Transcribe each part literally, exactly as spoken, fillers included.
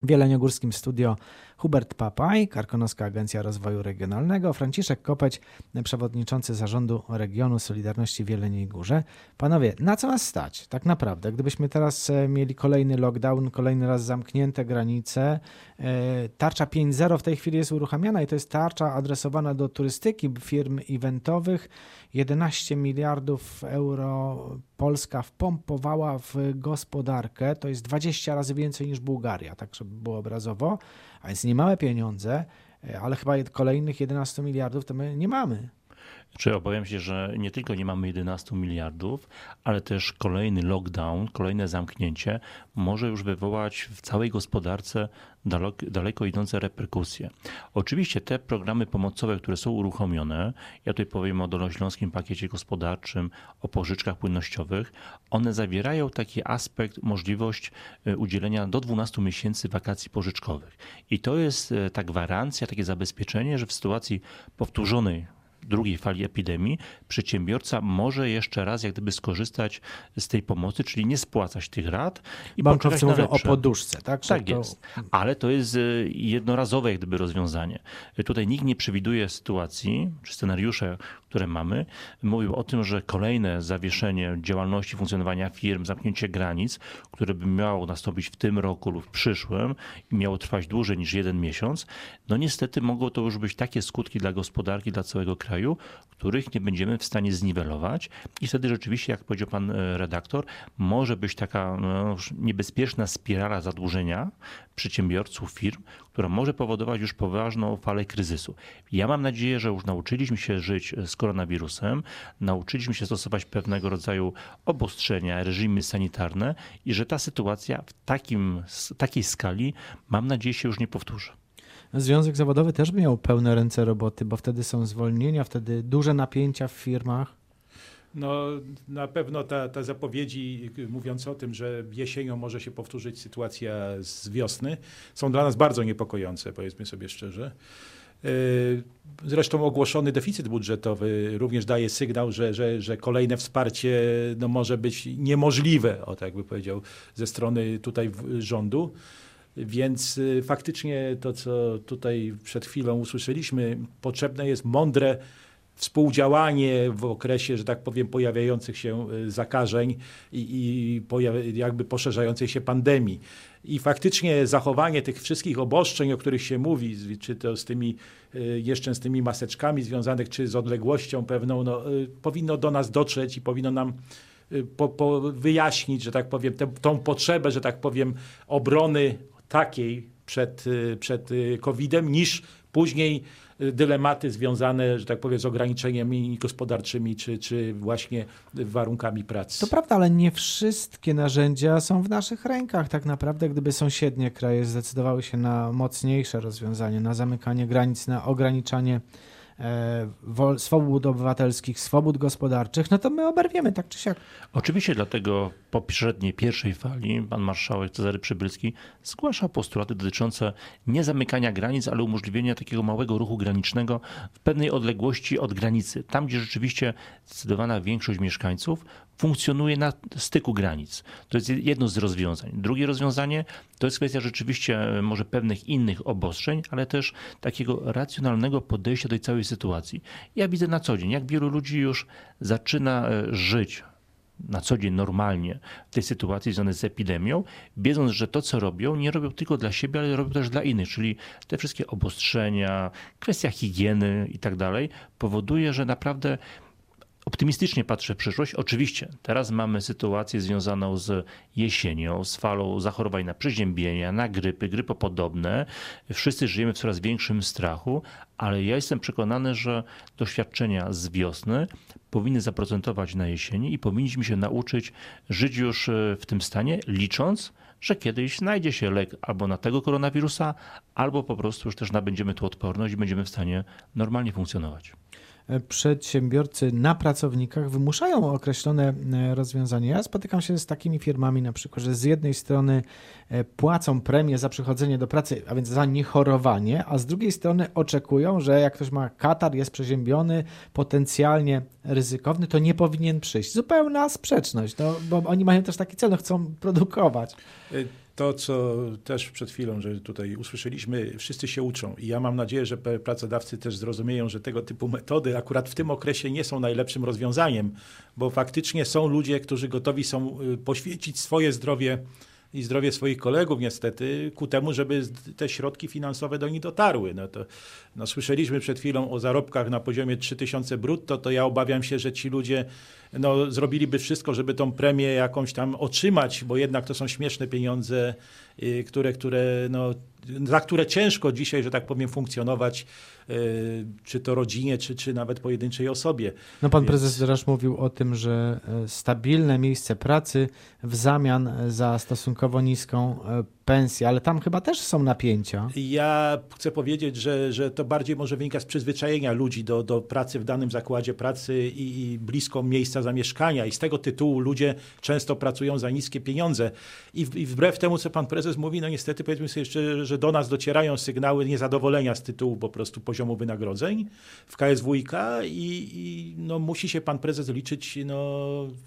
W Jeleniogórskim studio Hubert Papaj, Karkonoska Agencja Rozwoju Regionalnego, Franciszek Kopeć, przewodniczący zarządu regionu Solidarności w Jeleniej Górze. Panowie, na co nas stać tak naprawdę? Gdybyśmy teraz mieli kolejny lockdown, kolejny raz zamknięte granice, tarcza pięć zero w tej chwili jest uruchamiana i to jest tarcza adresowana do turystyki, firm eventowych. jedenaście miliardów euro Polska wpompowała w gospodarkę, to jest dwadzieścia razy więcej niż Bułgaria, tak żeby było obrazowo, a więc niemałe pieniądze, ale chyba kolejnych jedenaście miliardów to my nie mamy. Czy obawiam się, że nie tylko nie mamy jedenastu miliardów, ale też kolejny lockdown, kolejne zamknięcie może już wywołać w całej gospodarce daleko, daleko idące reperkusje. Oczywiście te programy pomocowe, które są uruchomione, ja tutaj powiem o Dolnośląskim Pakiecie Gospodarczym, o pożyczkach płynnościowych, one zawierają taki aspekt, możliwość udzielenia do dwunastu miesięcy wakacji pożyczkowych. I to jest ta gwarancja, takie zabezpieczenie, że w sytuacji powtórzonej drugiej fali epidemii, przedsiębiorca może jeszcze raz jak gdyby skorzystać z tej pomocy, czyli nie spłacać tych rat. I bankowcy mówią o poduszce, tak? Tak to... jest, ale to jest jednorazowe jak gdyby rozwiązanie. Tutaj nikt nie przewiduje sytuacji, czy scenariusze, które mamy, mówią o tym, że kolejne zawieszenie działalności, funkcjonowania firm, zamknięcie granic, które by miało nastąpić w tym roku lub w przyszłym i miało trwać dłużej niż jeden miesiąc, no niestety mogą to już być takie skutki dla gospodarki, dla całego kraju, których nie będziemy w stanie zniwelować i wtedy rzeczywiście, jak powiedział pan redaktor, może być taka no, niebezpieczna spirala zadłużenia przedsiębiorców, firm, która może powodować już poważną falę kryzysu. Ja mam nadzieję, że już nauczyliśmy się żyć z koronawirusem, nauczyliśmy się stosować pewnego rodzaju obostrzenia, reżimy sanitarne i że ta sytuacja w takim, takiej skali, mam nadzieję, się już nie powtórzy. Związek zawodowy też miał pełne ręce roboty, bo wtedy są zwolnienia, wtedy duże napięcia w firmach. No na pewno ta, ta zapowiedzi mówiące o tym, że jesienią może się powtórzyć sytuacja z wiosny, są dla nas bardzo niepokojące, powiedzmy sobie szczerze. Zresztą ogłoszony deficyt budżetowy również daje sygnał, że, że, że kolejne wsparcie no, może być niemożliwe, o tak by powiedział, ze strony tutaj rządu. Więc faktycznie to, co tutaj przed chwilą usłyszeliśmy, potrzebne jest mądre współdziałanie w okresie, że tak powiem, pojawiających się zakażeń i, i pojawi- jakby poszerzającej się pandemii. I faktycznie zachowanie tych wszystkich obostrzeń, o których się mówi, czy to z tymi jeszcze z tymi maseczkami związanych, czy z odległością pewną, no, powinno do nas dotrzeć i powinno nam po, po wyjaśnić, że tak powiem, tę, tą potrzebę, że tak powiem, obrony takiej przed, przed kowidem, niż później dylematy związane, że tak powiem, z ograniczeniami gospodarczymi, czy, czy właśnie warunkami pracy. To prawda, ale nie wszystkie narzędzia są w naszych rękach. Tak naprawdę, gdyby sąsiednie kraje zdecydowały się na mocniejsze rozwiązanie, na zamykanie granic, na ograniczanie e, swobód obywatelskich, swobód gospodarczych, no to my oberwiemy tak czy siak. Oczywiście dlatego po poprzedniej, pierwszej fali pan marszałek Cezary Przybylski zgłaszał postulaty dotyczące nie zamykania granic, ale umożliwienia takiego małego ruchu granicznego w pewnej odległości od granicy. Tam, gdzie rzeczywiście zdecydowana większość mieszkańców funkcjonuje na styku granic. To jest jedno z rozwiązań. Drugie rozwiązanie to jest kwestia rzeczywiście może pewnych innych obostrzeń, ale też takiego racjonalnego podejścia do tej całej sytuacji. Ja widzę na co dzień, jak wielu ludzi już zaczyna żyć na co dzień normalnie w tej sytuacji związanej z epidemią, wiedząc, że to, co robią, nie robią tylko dla siebie, ale robią też dla innych, czyli te wszystkie obostrzenia, kwestia higieny i tak dalej, powoduje, że naprawdę optymistycznie patrzę w przyszłość. Oczywiście teraz mamy sytuację związaną z jesienią, z falą zachorowań na przeziębienia, na grypy, grypopodobne. Wszyscy żyjemy w coraz większym strachu, ale ja jestem przekonany, że doświadczenia z wiosny powinny zaprocentować na jesieni i powinniśmy się nauczyć żyć już w tym stanie, licząc, że kiedyś znajdzie się lek albo na tego koronawirusa, albo po prostu już też nabędziemy tu odporność i będziemy w stanie normalnie funkcjonować. Przedsiębiorcy na pracownikach wymuszają określone rozwiązania. Ja spotykam się z takimi firmami na przykład, że z jednej strony płacą premię za przychodzenie do pracy, a więc za niechorowanie, a z drugiej strony oczekują, że jak ktoś ma katar, jest przeziębiony, potencjalnie ryzykowny, to nie powinien przyjść. Zupełna sprzeczność, no, bo oni mają też taki cel, no, chcą produkować. To, co też przed chwilą, że tutaj usłyszeliśmy, wszyscy się uczą i ja mam nadzieję, że pracodawcy też zrozumieją, że tego typu metody akurat w tym okresie nie są najlepszym rozwiązaniem, bo faktycznie są ludzie, którzy gotowi są poświęcić swoje zdrowie i zdrowie swoich kolegów niestety ku temu, żeby te środki finansowe do nich dotarły. No to, no słyszeliśmy przed chwilą o zarobkach na poziomie trzy tysiące brutto, to ja obawiam się, że ci ludzie no, zrobiliby wszystko, żeby tą premię jakąś tam otrzymać, bo jednak to są śmieszne pieniądze, yy, które, które, no, za które ciężko dzisiaj, że tak powiem, funkcjonować, yy, czy to rodzinie, czy, czy nawet pojedynczej osobie. No pan Więc... prezes Draż mówił o tym, że stabilne miejsce pracy w zamian za stosunkowo niską pensję, ale tam chyba też są napięcia. Ja chcę powiedzieć, że, że to bardziej może wynika z przyzwyczajenia ludzi do, do pracy w danym zakładzie pracy i, i blisko miejsca zamieszkania i z tego tytułu ludzie często pracują za niskie pieniądze. I, i wbrew temu, co pan prezes mówi, no niestety powiedzmy sobie jeszcze, że do nas docierają sygnały niezadowolenia z tytułu po prostu poziomu wynagrodzeń w K S W i K i, i no, musi się pan prezes liczyć no,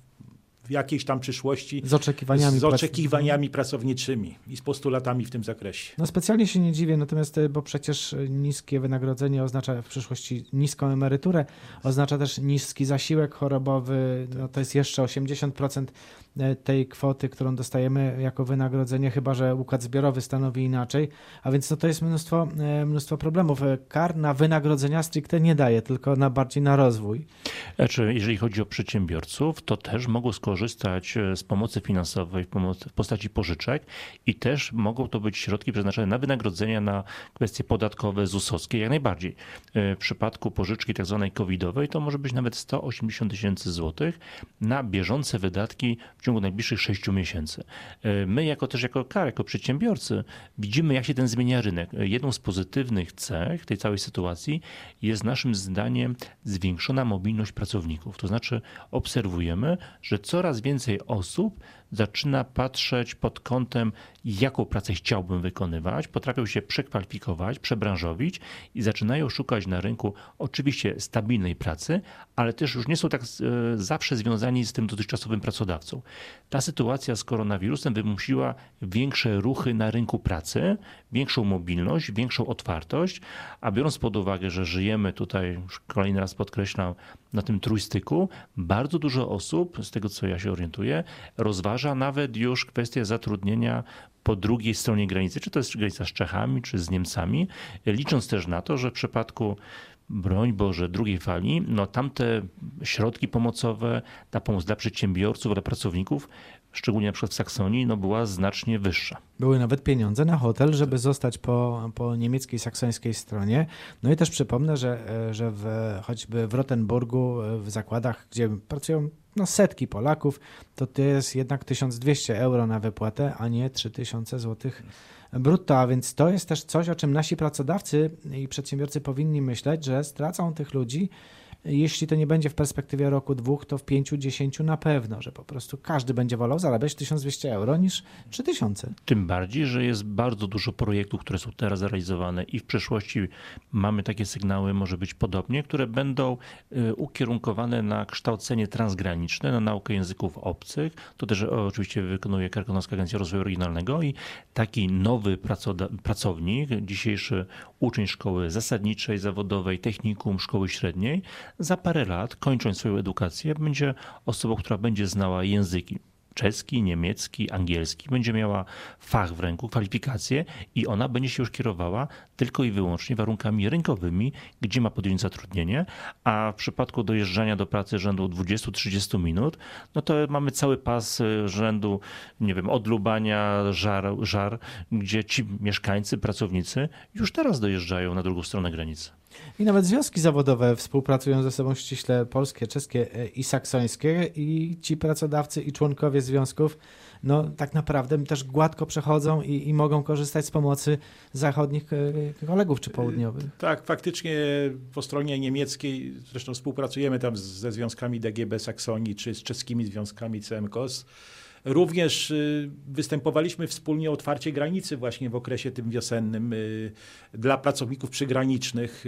w jakiejś tam przyszłości z oczekiwaniami, z oczekiwaniami pracowniczymi i z postulatami w tym zakresie. No specjalnie się nie dziwię, natomiast bo przecież niskie wynagrodzenie oznacza w przyszłości niską emeryturę, oznacza też niski zasiłek chorobowy, no to jest jeszcze osiemdziesiąt procent tej kwoty, którą dostajemy jako wynagrodzenie, chyba że układ zbiorowy stanowi inaczej, a więc no to jest mnóstwo, mnóstwo problemów. Kar na wynagrodzenia stricte nie daje, tylko na bardziej na rozwój. Znaczy, jeżeli chodzi o przedsiębiorców, to też mogą skorzystać z pomocy finansowej w, pomocy, w postaci pożyczek i też mogą to być środki przeznaczone na wynagrodzenia, na kwestie podatkowe, zusowskie, jak najbardziej. W przypadku pożyczki tak zwanej covidowej to może być nawet sto osiemdziesiąt tysięcy złotych na bieżące wydatki w ciągu najbliższych sześciu miesięcy. My jako też jako K A R, jako przedsiębiorcy widzimy, jak się ten zmienia rynek. Jedną z pozytywnych cech tej całej sytuacji jest naszym zdaniem zwiększona mobilność pracowników. To znaczy obserwujemy, że coraz więcej osób zaczyna patrzeć pod kątem, jaką pracę chciałbym wykonywać, potrafią się przekwalifikować, przebranżowić i zaczynają szukać na rynku oczywiście stabilnej pracy, ale też już nie są tak zawsze związani z tym dotychczasowym pracodawcą. Ta sytuacja z koronawirusem wymusiła większe ruchy na rynku pracy, większą mobilność, większą otwartość, a biorąc pod uwagę, że żyjemy tutaj, już kolejny raz podkreślam, na tym trójstyku, bardzo dużo osób, z tego co ja się orientuję, rozważa nawet już kwestię zatrudnienia po drugiej stronie granicy, czy to jest granica z Czechami, czy z Niemcami, licząc też na to, że w przypadku broń Boże, drugiej fali, no tamte środki pomocowe, ta pomoc dla przedsiębiorców, dla pracowników, szczególnie na przykład w Saksonii, no była znacznie wyższa. Były nawet pieniądze na hotel, żeby zostać po, po niemieckiej, saksońskiej stronie. No i też przypomnę, że, że w, choćby w Rotenburgu, w zakładach, gdzie pracują no, setki Polaków, to to jest jednak tysiąc dwieście euro na wypłatę, a nie trzy tysiące złotych brutto, a więc to jest też coś, o czym nasi pracodawcy i przedsiębiorcy powinni myśleć, że stracą tych ludzi. Jeśli to nie będzie w perspektywie roku, dwóch, to w pięciu, dziesięciu na pewno, że po prostu każdy będzie wolał zarabiać tysiąc dwieście euro niż trzy tysiące. Tym bardziej, że jest bardzo dużo projektów, które są teraz realizowane i w przyszłości mamy takie sygnały, może być podobnie, które będą ukierunkowane na kształcenie transgraniczne, na naukę języków obcych. To też oczywiście wykonuje Karkonoska Agencja Rozwoju Regionalnego i taki nowy pracownik, dzisiejszy uczeń szkoły zasadniczej, zawodowej, technikum, szkoły średniej, za parę lat, kończąc swoją edukację, będzie osobą, która będzie znała języki czeski, niemiecki, angielski, będzie miała fach w ręku, kwalifikacje i ona będzie się już kierowała tylko i wyłącznie warunkami rynkowymi, gdzie ma podjąć zatrudnienie, a w przypadku dojeżdżania do pracy rzędu dwudziestu do trzydziestu minut, no to mamy cały pas rzędu, nie wiem, od Lubania, Żar, Żar, gdzie ci mieszkańcy, pracownicy już teraz dojeżdżają na drugą stronę granicy. I nawet związki zawodowe współpracują ze sobą ściśle, polskie, czeskie i saksońskie, i ci pracodawcy i członkowie związków no tak naprawdę też gładko przechodzą i, i mogą korzystać z pomocy zachodnich kolegów czy południowych. Tak, faktycznie po stronie niemieckiej, zresztą współpracujemy tam ze związkami D G B Saksonii czy z czeskimi związkami C M K O S. Również występowaliśmy wspólnie o otwarcie granicy właśnie w okresie tym wiosennym dla pracowników przygranicznych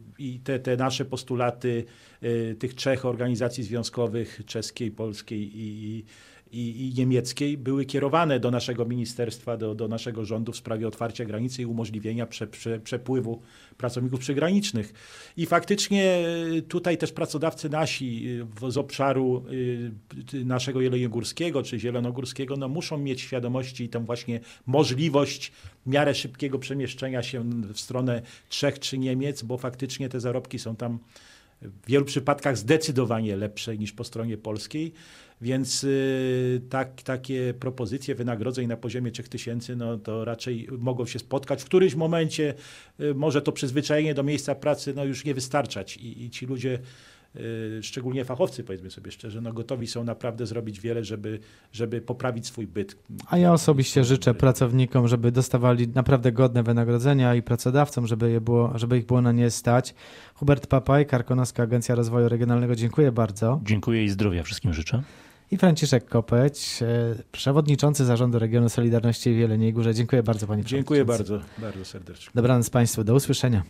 i te, te nasze postulaty tych trzech organizacji związkowych, czeskiej, polskiej i, i, i niemieckiej były kierowane do naszego ministerstwa, do, do naszego rządu w sprawie otwarcia granicy i umożliwienia prze, prze, przepływu pracowników przygranicznych. I faktycznie tutaj też pracodawcy nasi z obszaru naszego jeleniogórskiego czy zielonogórskiego no muszą mieć świadomości i tą właśnie możliwość w miarę szybkiego przemieszczenia się w stronę Czech czy Niemiec, bo faktycznie te zarobki są tam w wielu przypadkach zdecydowanie lepsze niż po stronie polskiej, więc y, tak, takie propozycje wynagrodzeń na poziomie trzech tysięcy, no to raczej mogą się spotkać. W którymś momencie y, może to przyzwyczajenie do miejsca pracy no już nie wystarczać i, i ci ludzie, y, szczególnie fachowcy, powiedzmy sobie szczerze, no gotowi są naprawdę zrobić wiele, żeby, żeby poprawić swój byt. A ja osobiście życzę pracownikom, żeby dostawali naprawdę godne wynagrodzenia i pracodawcom, żeby, je było, żeby ich było na nie stać. Hubert Papaj, Karkonoska Agencja Rozwoju Regionalnego, dziękuję bardzo. Dziękuję i zdrowia wszystkim życzę. I Franciszek Kopeć, przewodniczący Zarządu Regionu Solidarności w Jeleniej Górze. Dziękuję bardzo, panie przewodniczący. Dziękuję bardzo, bardzo serdecznie. Dobranoc państwu, do usłyszenia.